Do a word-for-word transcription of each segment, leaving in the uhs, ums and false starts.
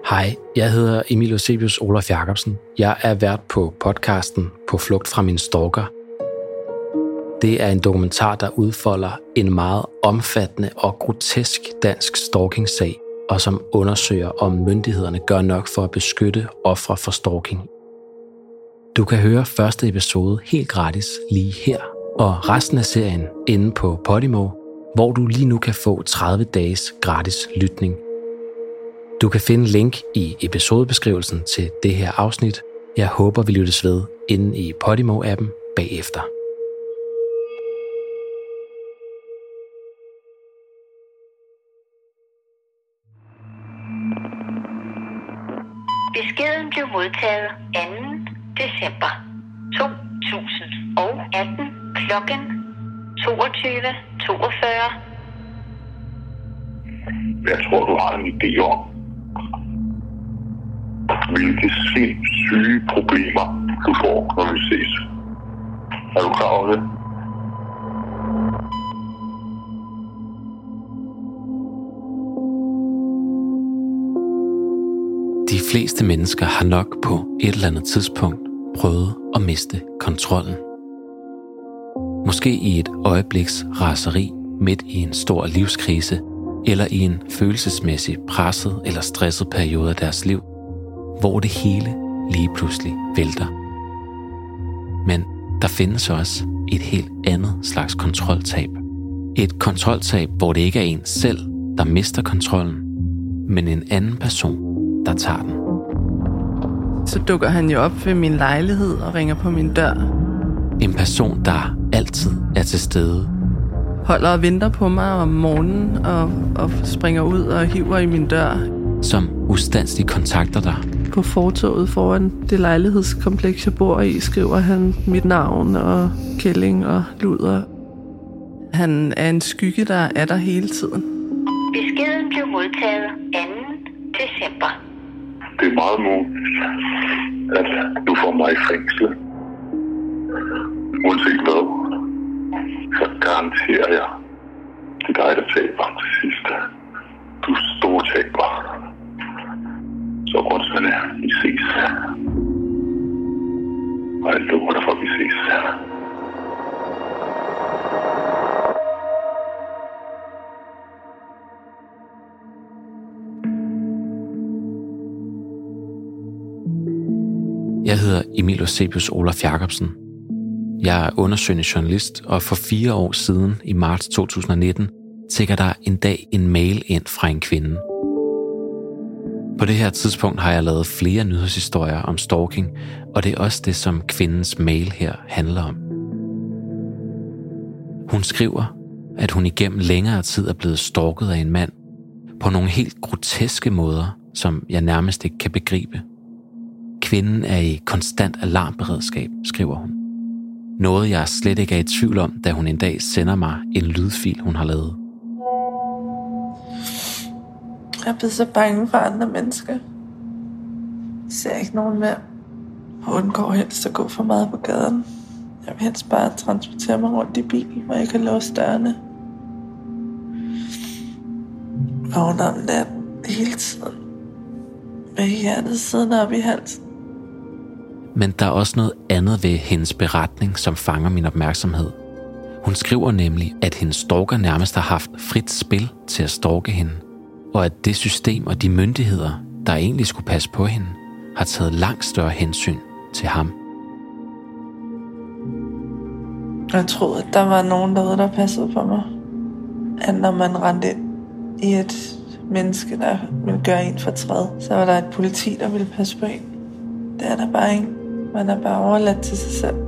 Hej, jeg hedder Emil Eusebius Olaf Jacobsen. Jeg er vært på podcasten På flugt fra min stalker. Det er en dokumentar, der udfolder en meget omfattende og grotesk dansk stalking-sag, og som undersøger, om myndighederne gør nok for at beskytte ofre for stalking. Du kan høre første episode helt gratis lige her, og resten af serien inde på Podimo, hvor du lige nu kan få tredive dages gratis lytning. Du kan finde link i episodebeskrivelsen til det her afsnit. Jeg håber, vi lyttes ved inde i Podimo-appen bagefter. Beskeden blev modtaget anden december to tusind og atten klokken toogtyve toogfyrre. Jeg tror, du har en idé om, hvilke sindssyge problemer du får, når vi ses. Er du klar over det? De fleste mennesker har nok på et eller andet tidspunkt prøvet at miste kontrollen. Måske i et øjebliks raseri midt i en stor livskrise, eller i en følelsesmæssig presset eller stresset periode af deres liv, hvor det hele lige pludselig vælter. Men der findes også et helt andet slags kontroltab. Et kontroltab, hvor det ikke er en selv, der mister kontrollen, men en anden person, der tager den. Så dukker han jo op ved min lejlighed og ringer på min dør. En person, der altid er til stede. Holder og venter på mig om morgenen og, og springer ud og hiver i min dør. Som ustandsligt kontakter dig. På fortovet foran det lejlighedskompleks, jeg bor i, skriver han mit navn og kælling og luder. Han er en skygge, der er der hele tiden. Beskeden blev modtaget anden december. Det er meget muligt, at du får mig i fængsel. Uanset hvad, så garanterer jeg, det er dig, der taber til sidst. Du er stor taber. Så godt sådan er, vi ses. Og jeg lover dig for, at vi ses. Jeg hedder Emil Eusebius Olaf Jacobsen. Jeg er undersøgende journalist, og for fire år siden, i marts to tusind nitten, tikker der en dag en mail ind fra en kvinde. På det her tidspunkt har jeg lavet flere nyhedshistorier om stalking, og det er også det, som kvindens mail her handler om. Hun skriver, at hun igennem længere tid er blevet stalket af en mand på nogle helt groteske måder, som jeg nærmest ikke kan begribe. Kvinden er i konstant alarmberedskab, skriver hun. Noget, jeg slet ikke er i tvivl om, da hun en dag sender mig en lydfil, hun har lavet. Jeg er blevet så bange for andre mennesker. Jeg ser ikke nogen mere. Jeg undgår helst at gå for meget på gaden. Jeg vil helst bare transportere mig rundt i bilen, hvor jeg kan låse dørene. Vågner om natten hele tiden. Med hjertet siddende op i halsen. Men der er også noget andet ved hendes beretning, som fanger min opmærksomhed. Hun skriver nemlig, at hendes stalker nærmest har haft frit spil til at stalke hende, og at det system og de myndigheder, der egentlig skulle passe på hende, har taget langt større hensyn til ham. Jeg troede, at der var nogen derude, der passede på mig. At når man rendte ind i et menneske, der ville gøre en fortræd, så var der et politi, der ville passe på en. Det er der bare ikke. Man er bare overladt til sig selv.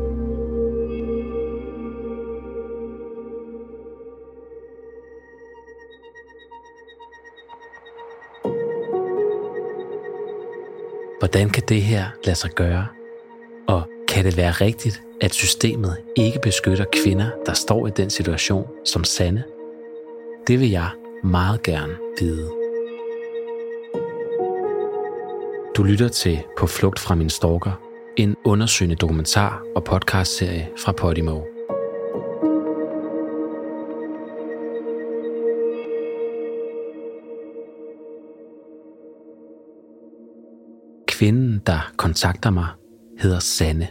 Hvordan kan det her lade sig gøre? Og kan det være rigtigt, at systemet ikke beskytter kvinder, der står i den situation, som Sanne? Det vil jeg meget gerne vide. Du lytter til På flugt fra min stalker, en undersøgende dokumentar- og podcastserie fra Podimo. Kvinden, der kontakter mig, hedder Sanne.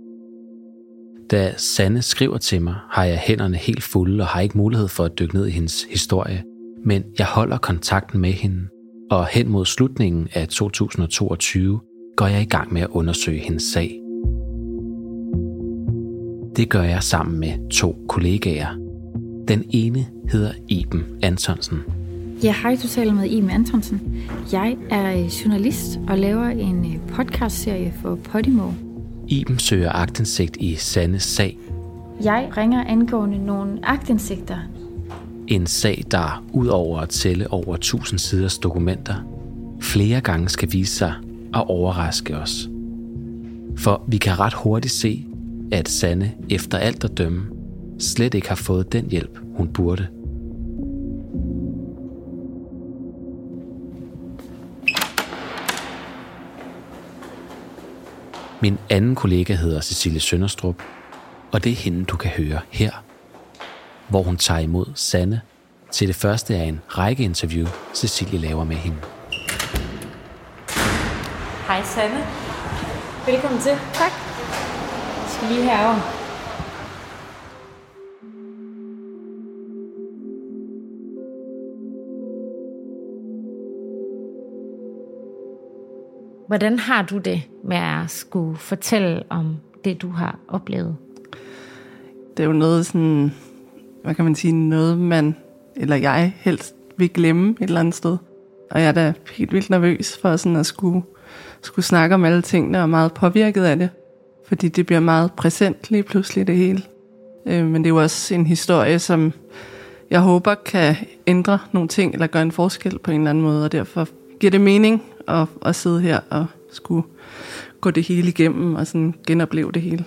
Da Sanne skriver til mig, har jeg hænderne helt fulde og har ikke mulighed for at dykke ned i hendes historie. Men jeg holder kontakten med hende, og hen mod slutningen af to tusind toogtyve går jeg i gang med at undersøge hendes sag. Det gør jeg sammen med to kollegaer. Den ene hedder Iben Antonsen. Ja, hej, du taler med Iben Antonsen. Jeg er journalist og laver en podcastserie for Podimo. Iben søger aktindsigt i Sannes sag. Jeg ringer angående nogle aktindsigter. En sag, der ud over at tælle over tusind siders dokumenter, flere gange skal vise sig at overraske os. For vi kan ret hurtigt se, at Sanne efter alt at dømme slet ikke har fået den hjælp, hun burde. Min anden kollega hedder Cecilie Sønderstrup, og det er hende, du kan høre her, hvor hun tager imod Sanne til det første af en række interview, Cecilie laver med hende. Hej Sanne. Velkommen til. Tak. Jeg skal lige herover. Hvordan har du det med at skulle fortælle om det, du har oplevet? Det er jo noget sådan, hvad kan man sige, noget man, eller jeg helst vil glemme et eller andet sted. Og jeg er da helt vildt nervøs for sådan at skulle, skulle snakke om alle tingene, og meget påvirket af det. Fordi det bliver meget præsent lige pludselig det hele. Men det er jo også en historie, som jeg håber kan ændre nogle ting, eller gøre en forskel på en eller anden måde, og derfor giver det mening at, at sidde her og skulle gå det hele igennem og sådan genopleve det hele.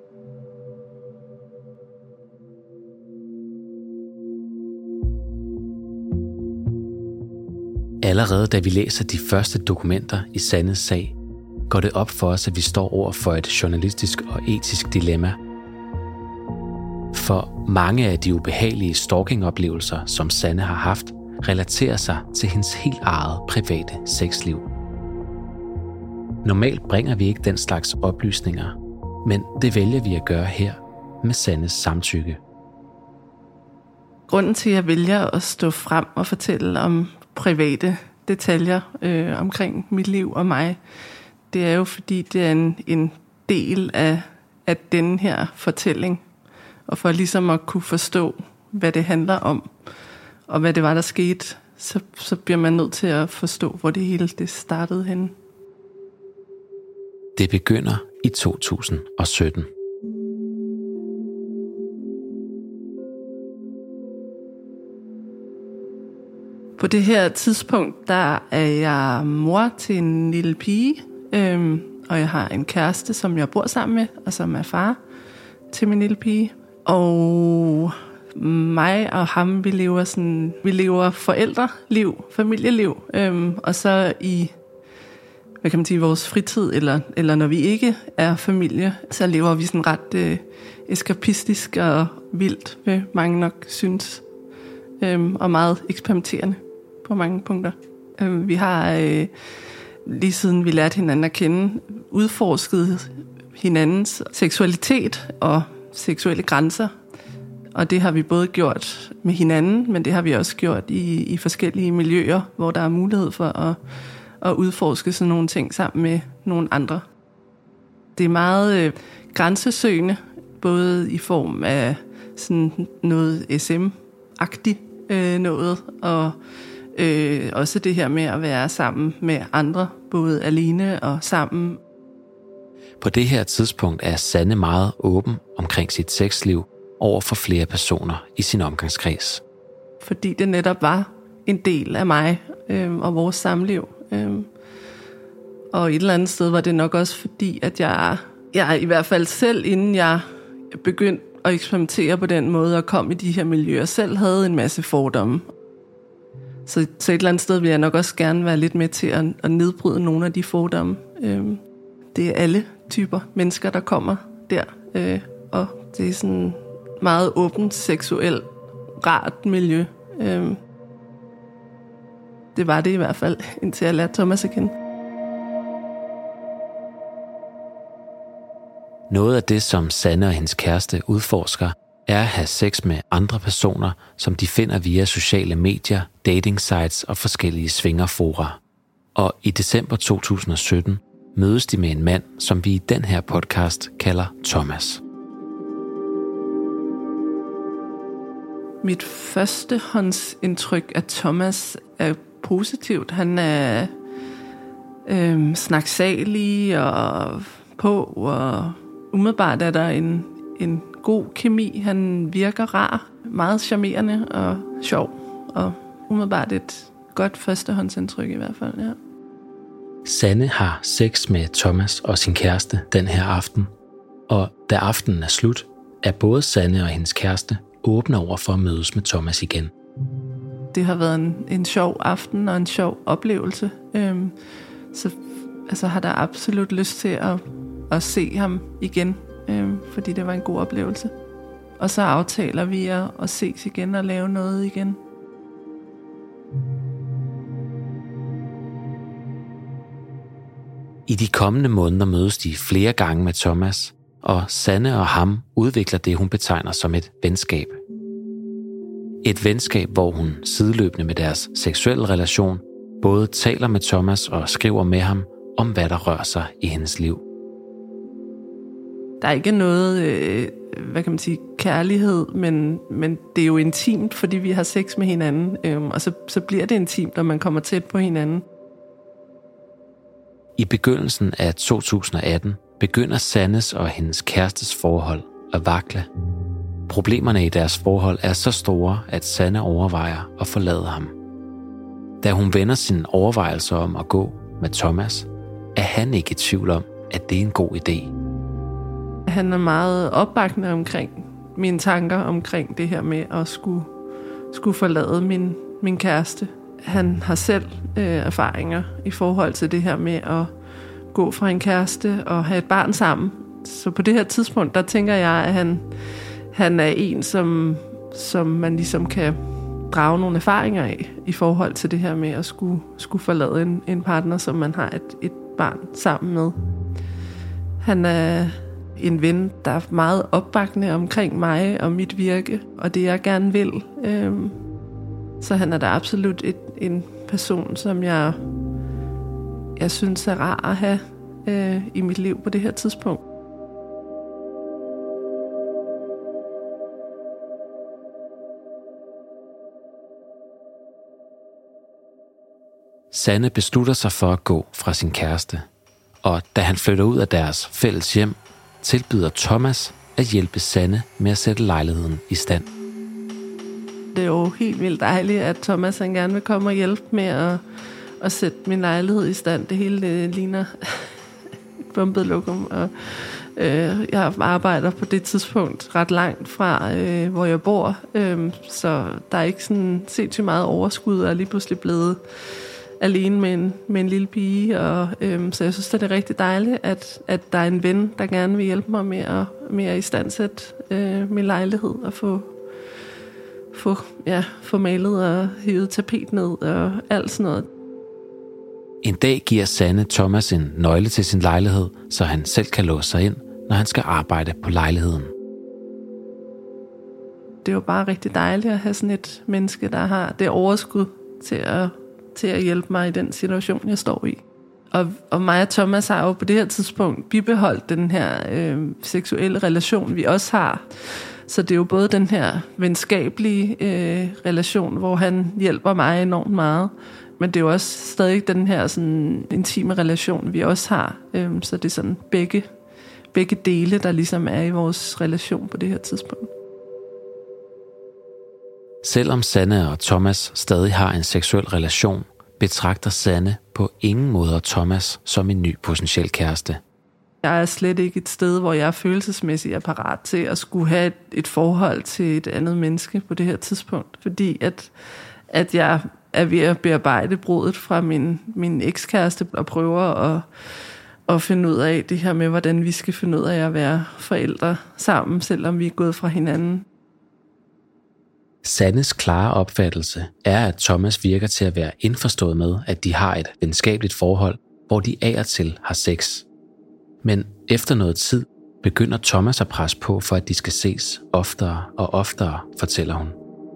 Allerede da vi læser de første dokumenter i Sannes sag, går det op for os, at vi står over for et journalistisk og etisk dilemma. For mange af de ubehagelige stalkingoplevelser, som Sanne har haft, relaterer sig til hendes helt eget private sexliv. Normalt bringer vi ikke den slags oplysninger, men det vælger vi at gøre her med Sannes samtykke. Grunden til, at jeg vælger at stå frem og fortælle om private detaljer øh, omkring mit liv og mig, det er jo fordi, det er en, en del af, af den her fortælling. Og for ligesom at kunne forstå, hvad det handler om, og hvad det var, der skete, så, så bliver man nødt til at forstå, hvor det hele det startede henne. Det begynder i to tusind sytten. På det her tidspunkt, der er jeg mor til en lille pige, øhm, og jeg har en kæreste, som jeg bor sammen med, og som er far til min lille pige. Og mig og ham, vi lever sådan, vi lever forældreliv, familieliv, øhm, og så i, hvad kan man sige, vores fritid, eller, eller når vi ikke er familie, så lever vi sådan ret øh, eskapistisk og vildt, vil mange nok synes, øhm, og meget eksperimenterende på mange punkter. Øhm, vi har, øh, lige siden vi lærte hinanden at kende, udforsket hinandens seksualitet og seksuelle grænser. Og det har vi både gjort med hinanden, men det har vi også gjort i, i forskellige miljøer, hvor der er mulighed for at, at udforske sådan nogle ting sammen med nogle andre. Det er meget øh, grænsesøgende, både i form af sådan noget S M-agtigt øh, noget, og øh, også det her med at være sammen med andre, både alene og sammen. På det her tidspunkt er Sanne meget åben omkring sit sexliv over for flere personer i sin omgangskreds. Fordi det netop var en del af mig øh, og vores samliv. Øh. Og et eller andet sted var det nok også fordi, at jeg, jeg i hvert fald selv, inden jeg begyndte at eksperimentere på den måde og kom i de her miljøer, selv havde en masse fordomme. Så, så et eller andet sted vil jeg nok også gerne være lidt med til at, at nedbryde nogle af de fordomme. Øh. Det er alle typer mennesker, der kommer der. Øh, og det er sådan meget åbent, seksuelt, rart miljø. Øh, det var det i hvert fald, indtil jeg lærte Thomas at kende. Noget af det, som Sanne og hendes kæreste udforsker, er at have sex med andre personer, som de finder via sociale medier, dating sites og forskellige svingerfora. Og i december to tusind og sytten mødes de med en mand, som vi i den her podcast kalder Thomas. Mit førstehåndsindtryk af Thomas er positivt. Han er øh, snaksalig og på, og umiddelbart er der en, en god kemi. Han virker rar, meget charmerende og sjov, og umiddelbart et godt førstehåndsindtryk i hvert fald, ja. Sanne har sex med Thomas og sin kæreste den her aften, og da aftenen er slut, er både Sanne og hendes kæreste åbne over for at mødes med Thomas igen. Det har været en, en sjov aften og en sjov oplevelse, øhm, så altså, har der absolut lyst til at, at se ham igen, øhm, fordi det var en god oplevelse. Og så aftaler vi at, at ses igen og lave noget igen. I de kommende måneder mødes de flere gange med Thomas, og Sanne og ham udvikler det, hun betegner som et venskab. Et venskab, hvor hun sideløbende med deres seksuelle relation både taler med Thomas og skriver med ham om, hvad der rører sig i hendes liv. Der er ikke noget, øh, hvad kan man sige, kærlighed, men, men det er jo intimt, fordi vi har sex med hinanden, øh, og så, så bliver det intimt, når man kommer tæt på hinanden. I begyndelsen af to tusind og atten begynder Sannes og hendes kærestes forhold at vakle. Problemerne i deres forhold er så store, at Sanne overvejer at forlade ham. Da hun vender sine overvejelser om at gå med Thomas, er han ikke i tvivl om, at det er en god idé. Han er meget opbakkende omkring mine tanker omkring det her med at skulle, skulle forlade min, min kæreste. Han har selv øh, erfaringer i forhold til det her med at gå fra en kæreste og have et barn sammen. Så på det her tidspunkt, der tænker jeg, at han, han er en, som, som man ligesom kan drage nogle erfaringer af i forhold til det her med at skulle, skulle forlade en, en partner, som man har et, et barn sammen med. Han er en ven, der er meget opbakkende omkring mig og mit virke, og det jeg gerne vil. Øhm, så han er da absolut et, en person, som jeg, jeg synes er rar at have øh, i mit liv på det her tidspunkt. Sanne beslutter sig for at gå fra sin kæreste, og da han flytter ud af deres fælles hjem, tilbyder Thomas at hjælpe Sanne med at sætte lejligheden i stand. Det er jo helt vildt dejligt, at Thomas han gerne vil komme og hjælpe med at, at sætte min lejlighed i stand. Det hele det ligner et bumpet lokum, og øh, jeg arbejder på det tidspunkt ret langt fra, øh, hvor jeg bor, øh, så der er ikke sådan sindssygt meget overskud, og er lige pludselig blevet alene med en, med en lille pige, og øhm, så jeg synes, det er rigtig dejligt, at, at der er en ven, der gerne vil hjælpe mig med at, med at istandsætte øh, min lejlighed og få, få, ja, få malet og hævet tapet ned og alt sådan noget. En dag giver Sanne Thomas en nøgle til sin lejlighed, så han selv kan låse sig ind, når han skal arbejde på lejligheden. Det er jo bare rigtig dejligt at have sådan et menneske, der har det overskud til at til at hjælpe mig i den situation, jeg står i. Og, og mig og Thomas har jo på det her tidspunkt bibeholdt den her øh, seksuelle relation, vi også har. Så det er jo både den her venskabelige øh, relation, hvor han hjælper mig enormt meget, men det er jo også stadig den her sådan, intime relation, vi også har. Øh, så det er sådan begge, begge dele, der ligesom er i vores relation på det her tidspunkt. Selvom Sanne og Thomas stadig har en seksuel relation, betragter Sanne på ingen måde Thomas som en ny potentiel kæreste. Jeg er slet ikke et sted, hvor jeg følelsesmæssigt er parat til at skulle have et, et forhold til et andet menneske på det her tidspunkt. Fordi at, at jeg er ved at bearbejde brudet fra min, min ekskæreste og prøver at, at finde ud af det her med, hvordan vi skal finde ud af at være forældre sammen, selvom vi er gået fra hinanden. Sannes klare opfattelse er, at Thomas virker til at være indforstået med, at de har et venskabeligt forhold, hvor de af og til har sex. Men efter noget tid begynder Thomas at presse på for, at de skal ses oftere og oftere, fortæller hun.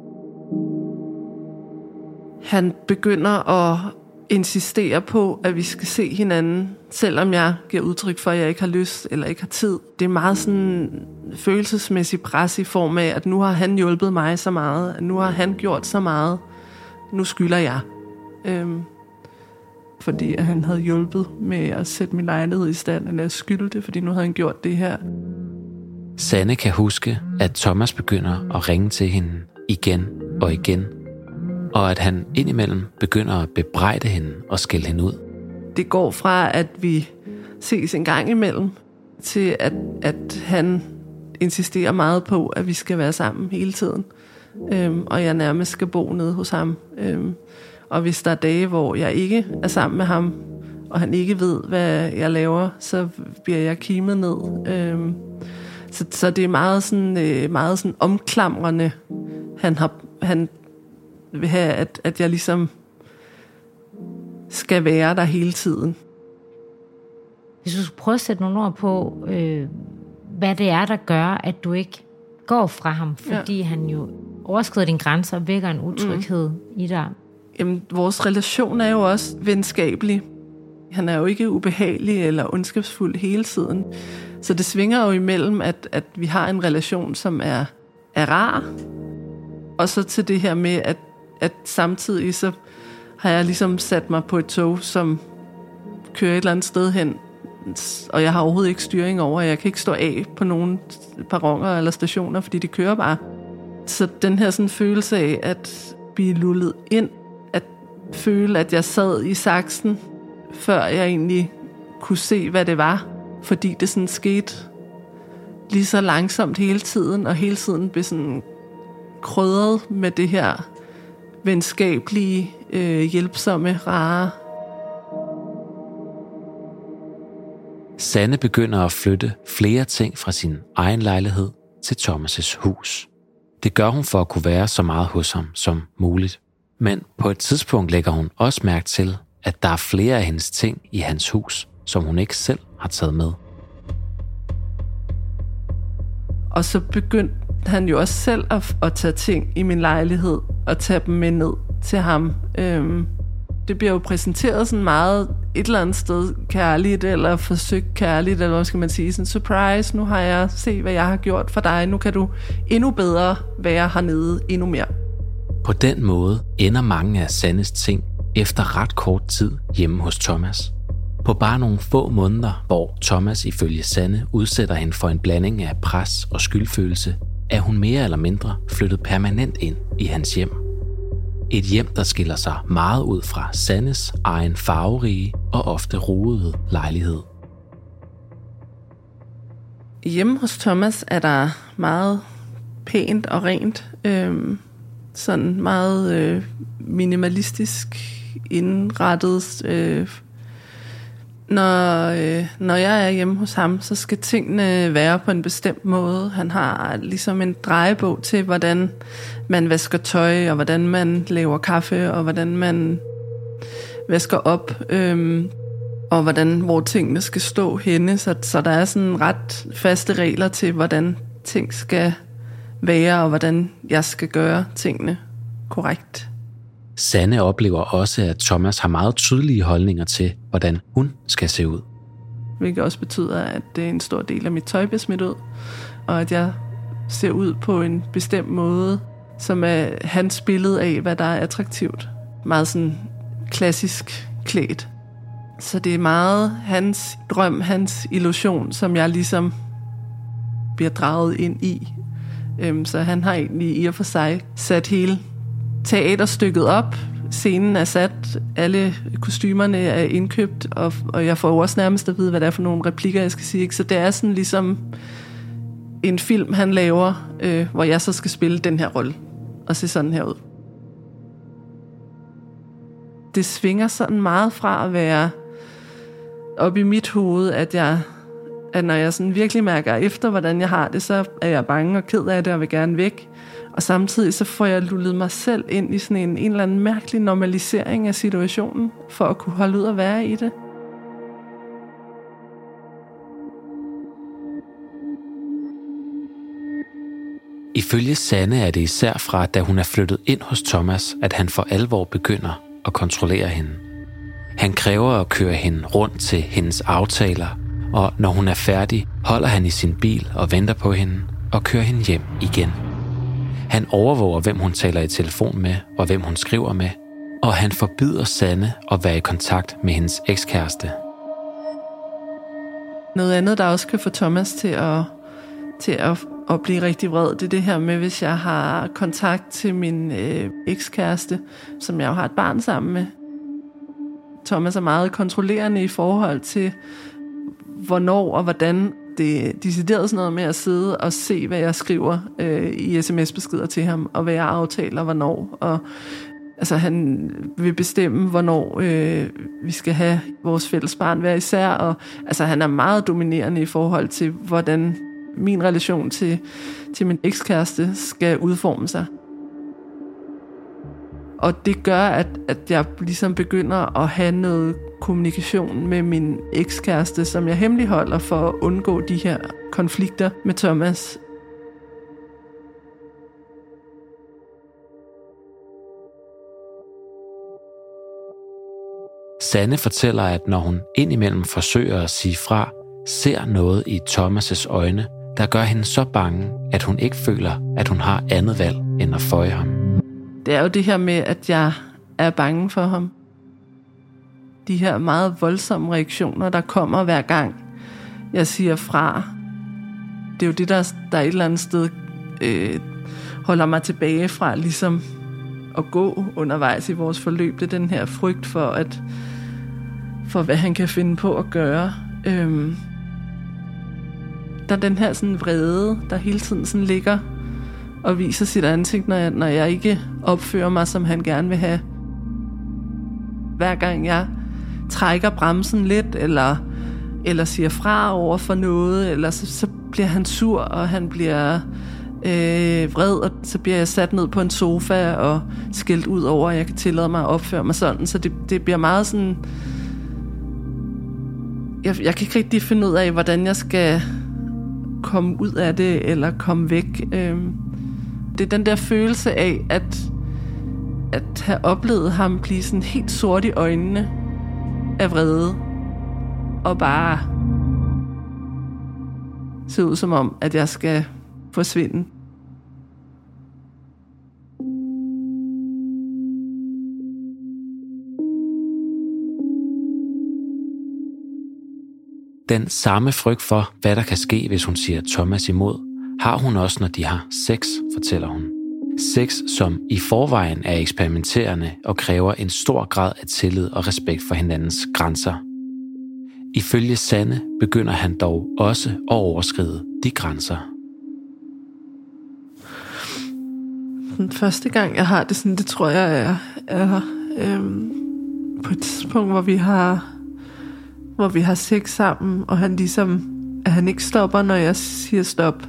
Han begynder at insistere på, at vi skal se hinanden, selvom jeg giver udtryk for, at jeg ikke har lyst eller ikke har tid. Det er meget sådan følelsesmæssig pres i form af, at nu har han hjulpet mig så meget, at nu har han gjort så meget, nu skylder jeg. Øhm, fordi han havde hjulpet med at sætte min lejlighed i stand, eller skylde, fordi nu havde han gjort det her. Sanne kan huske, at Thomas begynder at ringe til hende igen og igen, og at han indimellem begynder at bebrejde hende og skælde hende ud. Det går fra, at vi ses en gang imellem, til at, at han insisterer meget på, at vi skal være sammen hele tiden. Øhm, og jeg nærmest skal bo nede hos ham. Øhm, og hvis der er dage, hvor jeg ikke er sammen med ham, og han ikke ved, hvad jeg laver, så bliver jeg kimet ned. Øhm, så, så det er meget sådan, øh, meget sådan omklamrende. Han, har, han vil have, at, at jeg ligesom skal være der hele tiden. Hvis du skulle prøve at sætte nogle ord på, øh, hvad det er, der gør, at du ikke går fra ham, fordi ja. han jo overskrider dine grænser og vækker en utryghed mm. i dig. Jamen, vores relation er jo også venskabelig. Han er jo ikke ubehagelig eller ondskabsfuld hele tiden. Så det svinger jo imellem, at, at vi har en relation, som er, er rar, og så til det her med, at, at samtidig så har jeg ligesom sat mig på et tog, som kører et eller andet sted hen, og jeg har overhovedet ikke styring over. Jeg kan ikke stå af på nogen perroner eller stationer, fordi de kører bare. Så den her sådan følelse af at blive lullet ind, at føle, at jeg sad i saksen, før jeg egentlig kunne se, hvad det var, fordi det sådan skete lige så langsomt hele tiden, og hele tiden blev sådan krydret med det her venskabelige, øh, hjælpsomme, rare. Sanne begynder at flytte flere ting fra sin egen lejlighed til Thomas' hus. Det gør hun for at kunne være så meget hos ham som muligt. Men på et tidspunkt lægger hun også mærke til, at der er flere af hendes ting i hans hus, som hun ikke selv har taget med. Og så begyndte han jo også selv at, at tage ting i min lejlighed og tage dem med ned til ham. Øhm, det bliver jo præsenteret sådan meget et eller andet sted kærligt, eller forsøgt kærligt, eller hvad skal man sige, sådan surprise, nu har jeg set, hvad jeg har gjort for dig, nu kan du endnu bedre være hernede, endnu mere. På den måde ender mange af Sannes ting efter ret kort tid hjemme hos Thomas. På bare nogle få måneder, hvor Thomas ifølge Sanne udsætter hende for en blanding af pres og skyldfølelse, er hun mere eller mindre flyttet permanent ind i hans hjem. Et hjem, der skiller sig meget ud fra Sannes egen farverige og ofte rodede lejlighed. Hjemme hos Thomas er der meget pænt og rent. Øhm, sådan meget øh, minimalistisk indrettet. Øh, når, øh, når jeg er hjemme hos ham, så skal tingene være på en bestemt måde. Han har ligesom en drejebog til, hvordan man vasker tøj, og hvordan man laver kaffe, og hvordan man vasker op, øhm, og hvordan, hvor tingene skal stå henne. Så, så der er sådan ret faste regler til, hvordan ting skal være, og hvordan jeg skal gøre tingene korrekt. Sanne oplever også, at Thomas har meget tydelige holdninger til, hvordan hun skal se ud. Hvilket også betyder, at det er en stor del af mit tøj bliver smidt ud, og at jeg ser ud på en bestemt måde, som er hans billede af, hvad der er attraktivt. Meget sådan klassisk klædt. Så det er meget hans drøm, hans illusion, som jeg ligesom bliver draget ind i. Så han har egentlig i og for sig sat hele teaterstykket op. Scenen er sat, alle kostymerne er indkøbt, og, og jeg får jo også nærmest at vide, hvad det er for nogle replikker, jeg skal sige. Ikke? Så det er sådan ligesom en film, han laver, øh, hvor jeg så skal spille den her rolle og se sådan her ud. Det svinger sådan meget fra at være op i mit hoved, at jeg, at når jeg sådan virkelig mærker efter, hvordan jeg har det, så er jeg bange og ked af det og vil gerne væk. Og samtidig så får jeg lullet mig selv ind i sådan en, en eller anden mærkelig normalisering af situationen, for at kunne holde ud og være i det. Ifølge Sanne er det især fra, da hun er flyttet ind hos Thomas, at han for alvor begynder at kontrollere hende. Han kræver at køre hende rundt til hendes aftaler, og når hun er færdig, holder han i sin bil og venter på hende og kører hende hjem igen. Han overvåger, hvem hun taler i telefon med og hvem hun skriver med, og han forbyder Sanne at være i kontakt med hendes ekskæreste. Noget andet, der også kan få Thomas til at, til at, at blive rigtig vred, det er det her med, hvis jeg har kontakt til min øh, ekskæreste, som jeg jo har et barn sammen med. Thomas er meget kontrollerende i forhold til, hvornår og hvordan. Det er decideret sådan noget med at sidde og se, hvad jeg skriver øh, i sms-beskeder til ham, og hvad jeg aftaler, hvornår. Og, altså, han vil bestemme, hvornår øh, vi skal have vores fælles barn hver især. Og, altså, han er meget dominerende i forhold til, hvordan min relation til, til min ekskæreste skal udforme sig. Og det gør, at, at jeg ligesom begynder at have noget kommunikation med min ekskæreste, som jeg hemmeligholder for at undgå de her konflikter med Thomas. Sanne fortæller, at når hun indimellem forsøger at sige fra, ser noget i Thomas' øjne, der gør hende så bange, at hun ikke føler, at hun har andet valg end at føje ham. Det er jo det her med, at jeg er bange for ham. De her meget voldsomme reaktioner, der kommer hver gang, jeg siger fra. Det er jo det, der, der et eller andet sted øh, holder mig tilbage fra ligesom at gå undervejs i vores forløb. Det er den her frygt for, at, for hvad han kan finde på at gøre. Øhm, der er den her sådan vrede, der hele tiden sådan ligger og viser sit ansigt, når jeg, når jeg ikke opfører mig, som han gerne vil have. Hver gang jeg trækker bremsen lidt, eller, eller siger fra over for noget, eller så, så bliver han sur, og han bliver øh, vred, og så bliver jeg sat ned på en sofa og skældt ud over, at jeg kan tillade mig at opføre mig sådan. Så det, det bliver meget sådan... Jeg, jeg kan ikke rigtig finde ud af, hvordan jeg skal komme ud af det, eller komme væk. Øh, det er den der følelse af, at, at have oplevet ham blive sådan helt sort i øjnene af vrede, og bare se ud som om, at jeg skal forsvinde. Den samme frygt for, hvad der kan ske, hvis hun siger Thomas imod, har hun også, når de har sex, fortæller hun. Sex, som i forvejen er eksperimenterende og kræver en stor grad af tillid og respekt for hinandens grænser. Ifølge Sanne begynder han dog også at overskride de grænser. Den første gang, jeg har det sådan, det tror jeg er, er øhm, på et tidspunkt, hvor vi har hvor vi har sex sammen, og han ligesom, at han ikke stopper, når jeg siger stop.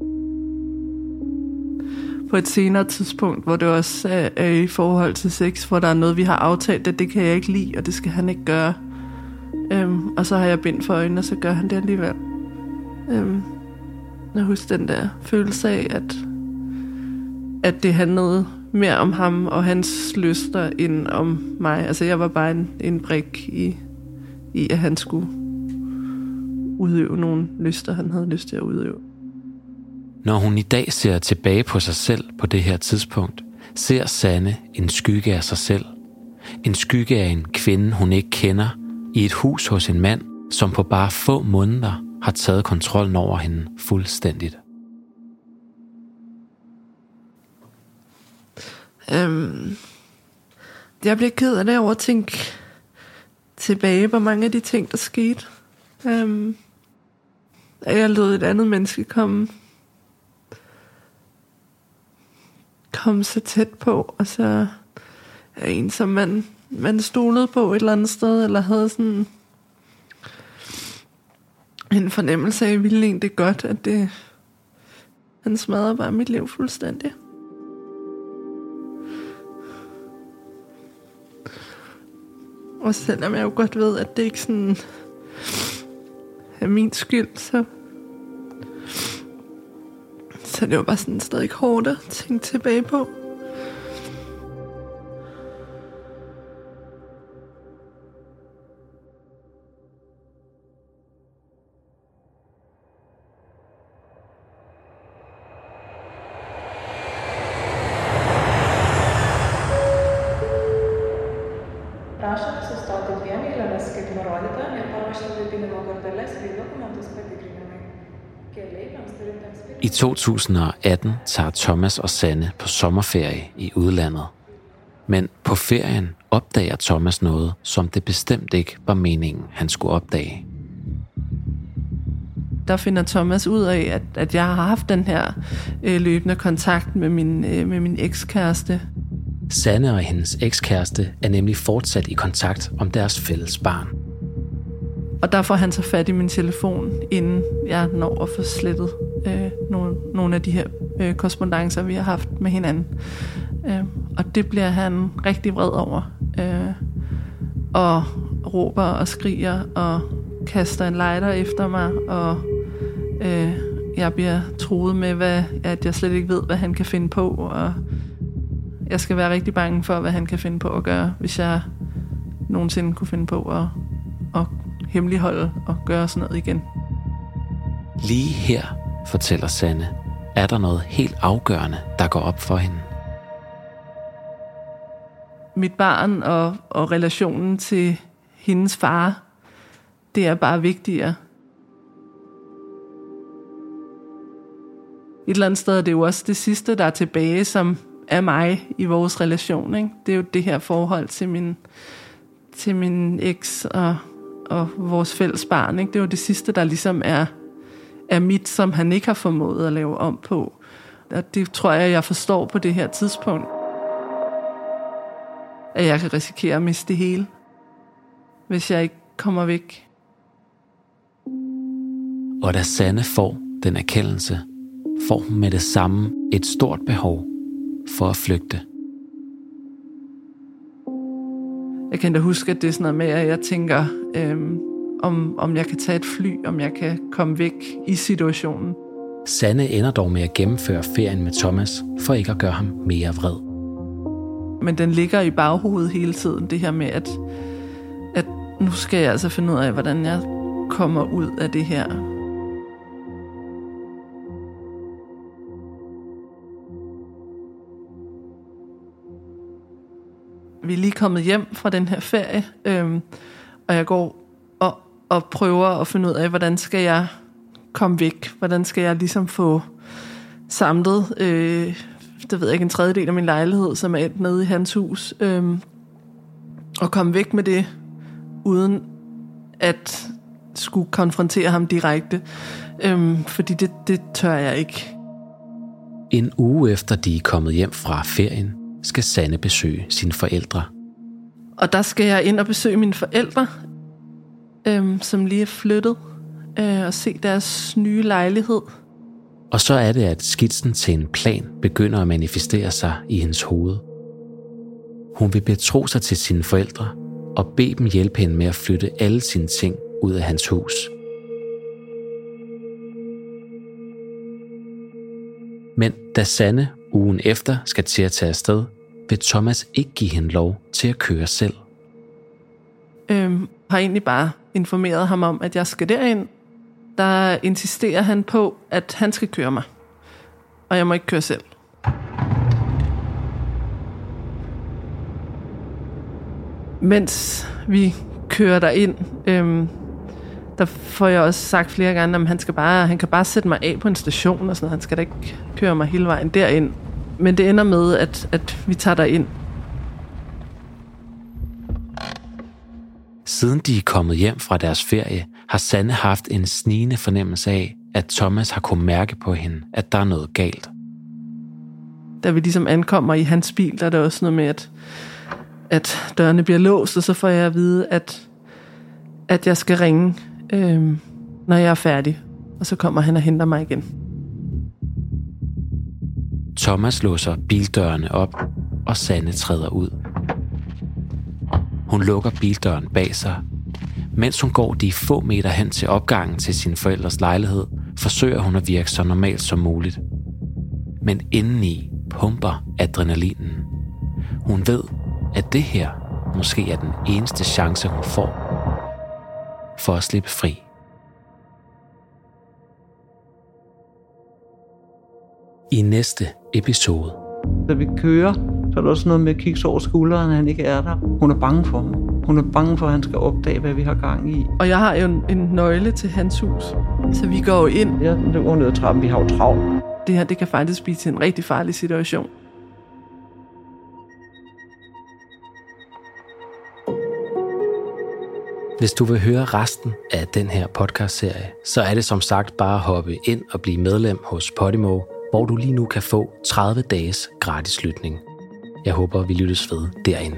På et senere tidspunkt, hvor det også er, er i forhold til sex, hvor der er noget, vi har aftalt, at det kan jeg ikke lide, og det skal han ikke gøre. Øhm, og så har jeg bind for øjnene, og så gør han det alligevel. Øhm, jeg husker den der følelse af, at, at det handlede mere om ham og hans lyster, end om mig. Altså, jeg var bare en, en brik i, i, at han skulle udøve nogle lyster, han havde lyst til at udøve. Når hun i dag ser tilbage på sig selv på det her tidspunkt, ser Sanne en skygge af sig selv. En skygge af en kvinde, hun ikke kender, i et hus hos en mand, som på bare få måneder har taget kontrollen over hende fuldstændigt. Øhm, jeg bliver ked af det over at tænke tilbage på mange af de ting, der skete. Øhm, jeg lod et andet menneske komme komme så tæt på, og så er en, som man, man stolede på et eller andet sted, eller havde sådan en fornemmelse af, at jeg ville egentlig godt, at det, han smadrer bare mit liv fuldstændig. Og selvom jeg jo godt ved, at det ikke sådan er min skyld, så, så Så det var bare sådan stadig hårdt at tænke tilbage på. I to tusind og atten tager Thomas og Sanne på sommerferie i udlandet. Men på ferien opdager Thomas noget, som det bestemt ikke var meningen, han skulle opdage. Der finder Thomas ud af, at, at jeg har haft den her øh, løbende kontakt med min, øh, med min ekskæreste. Sanne og hendes ekskæreste er nemlig fortsat i kontakt om deres fælles barn. Og der får han så fat i min telefon, inden jeg når at få slettet øh, nogle, nogle af de her øh, korrespondancer, vi har haft med hinanden. Øh, og det bliver han rigtig vred over. Øh, og råber og skriger og kaster en lighter efter mig. Og øh, jeg bliver truet med, hvad, at jeg slet ikke ved, hvad han kan finde på. Og jeg skal være rigtig bange for, hvad han kan finde på at gøre, hvis jeg nogensinde kunne finde på at, at hemmeligholde og gøre sådan noget igen. Lige her, fortæller Sanne, er der noget helt afgørende, der går op for hende. Mit barn og, og relationen til hendes far, det er bare vigtigere. Et eller andet sted er det jo også det sidste, der er tilbage, som er mig i vores relation. Ikke? Det er jo det her forhold til min, til min eks og, og vores fælles barn. Ikke? Det er jo det sidste, der ligesom er, er mit, som han ikke har formået at lave om på. Og det tror jeg, jeg forstår på det her tidspunkt. At jeg kan risikere at miste det hele, hvis jeg ikke kommer væk. Og da Sanne får den erkendelse, får hun med det samme et stort behov for at flygte. Jeg kan da huske, at det er sådan noget med, at jeg tænker, øhm, om, om jeg kan tage et fly, om jeg kan komme væk i situationen. Sanne ender dog med at gennemføre ferien med Thomas, for ikke at gøre ham mere vred. Men den ligger i baghovedet hele tiden, det her med, at, at nu skal jeg altså finde ud af, hvordan jeg kommer ud af det her. Vi er lige kommet hjem fra den her ferie, øhm, og jeg går og, og prøver at finde ud af, hvordan skal jeg komme væk? Hvordan skal jeg ligesom få samlet, øh, det ved jeg ikke, en tredjedel af min lejlighed, som er endt nede i hans hus, øhm, og komme væk med det, uden at skulle konfrontere ham direkte, øhm, fordi det, det tør jeg ikke. En uge efter de er kommet hjem fra ferien, skal Sanne besøge sine forældre. Og der skal jeg ind og besøge mine forældre, øhm, som lige er flyttet, øh, og se deres nye lejlighed. Og så er det, at skitsen til en plan begynder at manifestere sig i hendes hoved. Hun vil betro sig til sine forældre og bede dem hjælpe hende med at flytte alle sine ting ud af hans hus. Men da Sanne ugen efter skal til at tage afsted, vil Thomas ikke give hende lov til at køre selv. Øhm, har egentlig bare informeret ham om, at jeg skal derind. Der insisterer han på, at han skal køre mig, og jeg må ikke køre selv. Mens vi kører derind, øhm, der får jeg også sagt flere gange, at han, skal bare, han kan bare sætte mig af på en station, og sådan noget. Han skal da ikke køre mig hele vejen derind. Men det ender med, at, at vi tager derind. Siden de er kommet hjem fra deres ferie, har Sanne haft en snigende fornemmelse af, at Thomas har kunnet mærke på hende, at der er noget galt. Da vi ligesom ankommer i hans bil, der er der også noget med, at, at dørene bliver låst, og så får jeg at vide, at, at jeg skal ringe, øh, når jeg er færdig. Og så kommer han og henter mig igen. Thomas låser bildørene op, og Sanne træder ud. Hun lukker bildøren bag sig. Mens hun går de få meter hen til opgangen til sin forældres lejlighed, forsøger hun at virke så normalt som muligt. men indeni pumper adrenalinen. Hun ved, at det her måske er den eneste chance, hun får for at slippe fri. I næste episode. Da vi kører, så er der også noget med at kigge over skulderen, at han ikke er der. Hun er bange for ham. Hun er bange for, at han skal opdage, hvad vi har gang i. Og jeg har jo en, en nøgle til hans hus, så vi går ind. Jeg løber ned ad trappen, vi har jo travlt. Det her, det kan faktisk blive til en rigtig farlig situation. Hvis du vil høre resten af den her podcastserie, så er det som sagt bare at hoppe ind og blive medlem hos Podimo, hvor du lige nu kan få tredive dages gratis lytning. Jeg håber, vi lyttes ved derinde.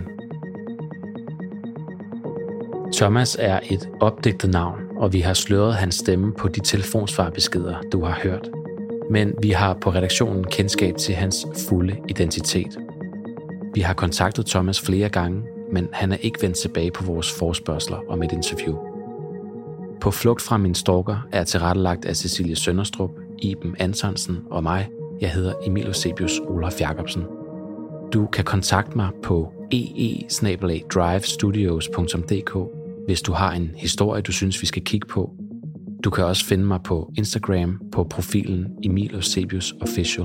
Thomas er et opdigtet navn, og vi har sløret hans stemme på de telefonsvarbeskeder, du har hørt. Men vi har på redaktionen kendskab til hans fulde identitet. Vi har kontaktet Thomas flere gange, men han er ikke vendt tilbage på vores forespørgsler om et interview. På flugt fra min stalker er tilrettelagt af Cecilie Sønderstrup, Iben Antonsen og mig. Jeg hedder Emil Eusebius Olaf Jacobsen. Du kan kontakte mig på e e bindestreg drive studios punktum d k, hvis du har en historie, du synes, vi skal kigge på. Du kan også finde mig på Instagram på profilen Emil Eusebius Official.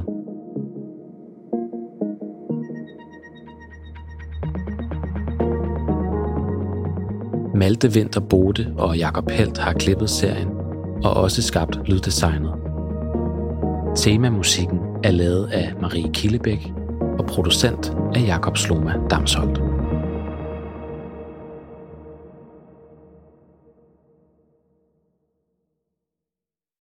Malte Vinter Bode og Jakob Helt har klippet serien og også skabt lyddesignet. Temamusikken er lavet af Marie Killebæk og producent af Jakob Sloma Damsholt.